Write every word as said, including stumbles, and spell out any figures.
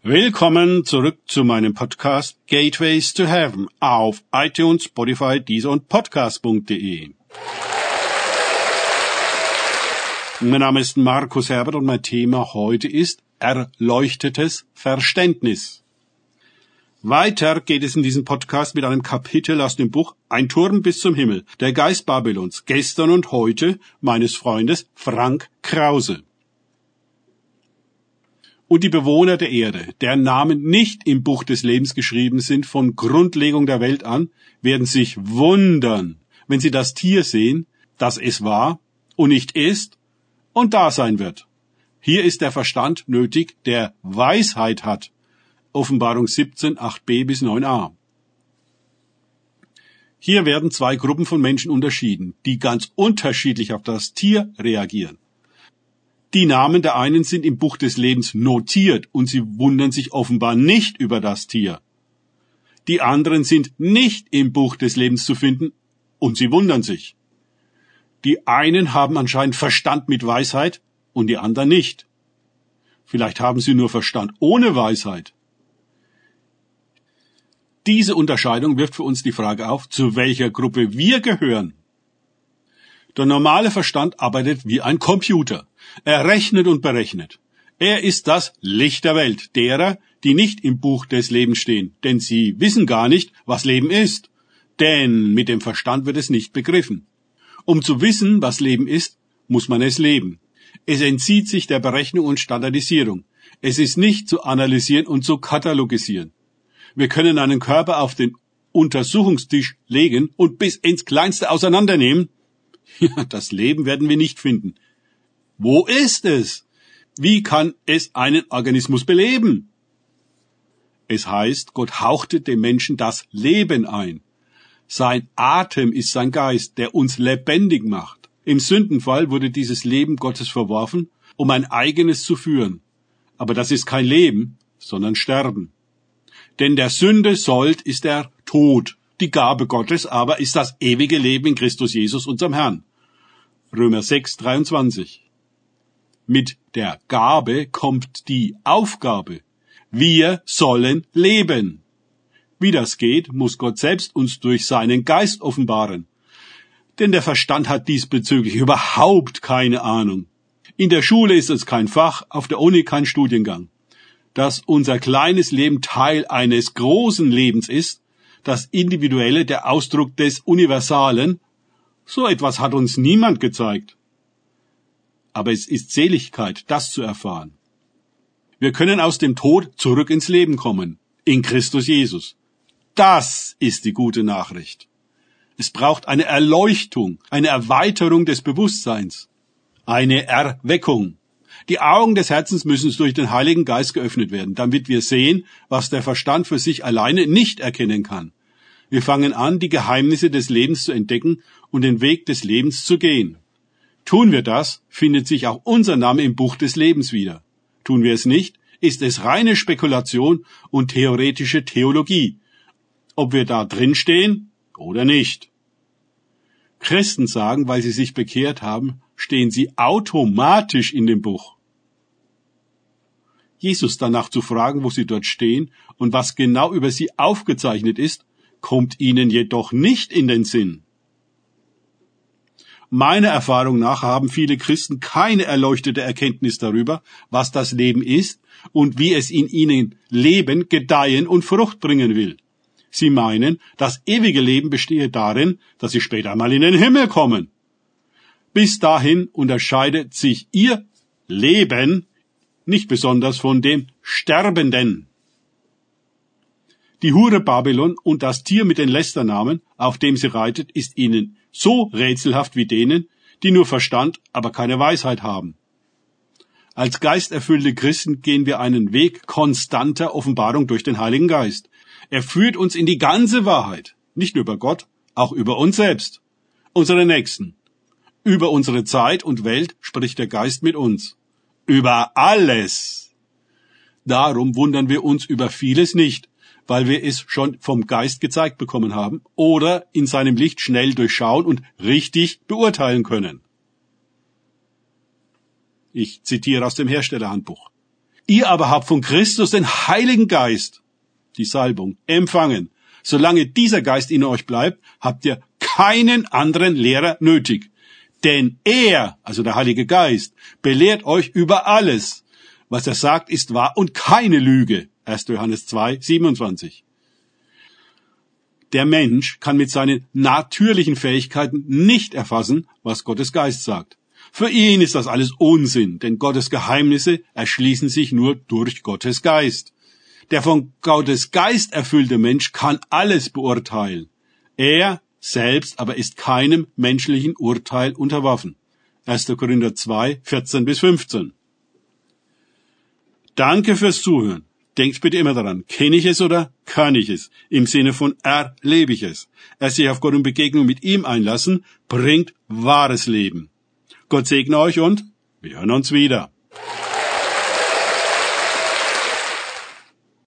Willkommen zurück zu meinem Podcast Gateways to Heaven auf iTunes, Spotify, Deezer und Podcast punkt de. Mein Name ist Markus Herbert und mein Thema heute ist erleuchtetes Verständnis. Weiter geht es in diesem Podcast mit einem Kapitel aus dem Buch Ein Turm bis zum Himmel, der Geist Babylons, gestern und heute meines Freundes Frank Krause. Und die Bewohner der Erde, deren Namen nicht im Buch des Lebens geschrieben sind von Grundlegung der Welt an, werden sich wundern, wenn sie das Tier sehen, das es war und nicht ist und da sein wird. Hier ist der Verstand nötig, der Weisheit hat. Offenbarung siebzehn, acht b bis neun a. Hier werden zwei Gruppen von Menschen unterschieden, die ganz unterschiedlich auf das Tier reagieren. Die Namen der einen sind im Buch des Lebens notiert und sie wundern sich offenbar nicht über das Tier. Die anderen sind nicht im Buch des Lebens zu finden und sie wundern sich. Die einen haben anscheinend Verstand mit Weisheit und die anderen nicht. Vielleicht haben sie nur Verstand ohne Weisheit. Diese Unterscheidung wirft für uns die Frage auf, zu welcher Gruppe wir gehören. Der normale Verstand arbeitet wie ein Computer. Er rechnet und berechnet. Er ist das Licht der Welt, derer, die nicht im Buch des Lebens stehen, denn sie wissen gar nicht, was Leben ist. Denn mit dem Verstand wird es nicht begriffen. Um zu wissen, was Leben ist, muss man es leben. Es entzieht sich der Berechnung und Standardisierung. Es ist nicht zu analysieren und zu katalogisieren. Wir können einen Körper auf den Untersuchungstisch legen und bis ins Kleinste auseinandernehmen. Ja, das Leben werden wir nicht finden. Wo ist es? Wie kann es einen Organismus beleben? Es heißt, Gott hauchte dem Menschen das Leben ein. Sein Atem ist sein Geist, der uns lebendig macht. Im Sündenfall wurde dieses Leben Gottes verworfen, um ein eigenes zu führen. Aber das ist kein Leben, sondern Sterben. Denn der Sünde Sold ist der Tod. Die Gabe Gottes aber ist das ewige Leben in Christus Jesus, unserem Herrn. Römer sechs, dreiundzwanzig. Mit der Gabe kommt die Aufgabe. Wir sollen leben. Wie das geht, muss Gott selbst uns durch seinen Geist offenbaren. Denn der Verstand hat diesbezüglich überhaupt keine Ahnung. In der Schule ist es kein Fach, auf der Uni kein Studiengang. Dass unser kleines Leben Teil eines großen Lebens ist, das Individuelle der Ausdruck des Universalen, so etwas hat uns niemand gezeigt. Aber es ist Seligkeit, das zu erfahren. Wir können aus dem Tod zurück ins Leben kommen, in Christus Jesus. Das ist die gute Nachricht. Es braucht eine Erleuchtung, eine Erweiterung des Bewusstseins, eine Erweckung. Die Augen des Herzens müssen durch den Heiligen Geist geöffnet werden, damit wir sehen, was der Verstand für sich alleine nicht erkennen kann. Wir fangen an, die Geheimnisse des Lebens zu entdecken und den Weg des Lebens zu gehen. Tun wir das, findet sich auch unser Name im Buch des Lebens wieder. Tun wir es nicht, ist es reine Spekulation und theoretische Theologie, ob wir da drin stehen oder nicht. Christen sagen, weil sie sich bekehrt haben, stehen sie automatisch in dem Buch. Jesus danach zu fragen, wo sie dort stehen und was genau über sie aufgezeichnet ist, kommt ihnen jedoch nicht in den Sinn. Meiner Erfahrung nach haben viele Christen keine erleuchtete Erkenntnis darüber, was das Leben ist und wie es in ihnen leben, gedeihen und Frucht bringen will. Sie meinen, das ewige Leben bestehe darin, dass sie später einmal in den Himmel kommen. Bis dahin unterscheidet sich ihr Leben nicht besonders von dem Sterbenden. Die Hure Babylon und das Tier mit den Lästernamen, auf dem sie reitet, ist ihnen so rätselhaft wie denen, die nur Verstand, aber keine Weisheit haben. Als geisterfüllte Christen gehen wir einen Weg konstanter Offenbarung durch den Heiligen Geist. Er führt uns in die ganze Wahrheit, nicht nur über Gott, auch über uns selbst, unsere Nächsten. Über unsere Zeit und Welt spricht der Geist mit uns. Über alles. Darum wundern wir uns über vieles nicht, weil wir es schon vom Geist gezeigt bekommen haben oder in seinem Licht schnell durchschauen und richtig beurteilen können. Ich zitiere aus dem Herstellerhandbuch. Ihr aber habt von Christus den Heiligen Geist, die Salbung, empfangen. Solange dieser Geist in euch bleibt, habt ihr keinen anderen Lehrer nötig. Denn er, also der Heilige Geist, belehrt euch über alles. Was er sagt, ist wahr und keine Lüge. erster Johannes zwei, siebenundzwanzig. Der Mensch kann mit seinen natürlichen Fähigkeiten nicht erfassen, was Gottes Geist sagt. Für ihn ist das alles Unsinn, denn Gottes Geheimnisse erschließen sich nur durch Gottes Geist. Der von Gottes Geist erfüllte Mensch kann alles beurteilen. Er selbst aber ist keinem menschlichen Urteil unterworfen. erster Korinther zwei, vierzehn bis fünfzehn. Danke fürs Zuhören. Denkt bitte immer daran, kenne ich es oder kann ich es? Im Sinne von erlebe ich es. Erst sich auf Gott und Begegnung mit ihm einlassen, bringt wahres Leben. Gott segne euch und wir hören uns wieder.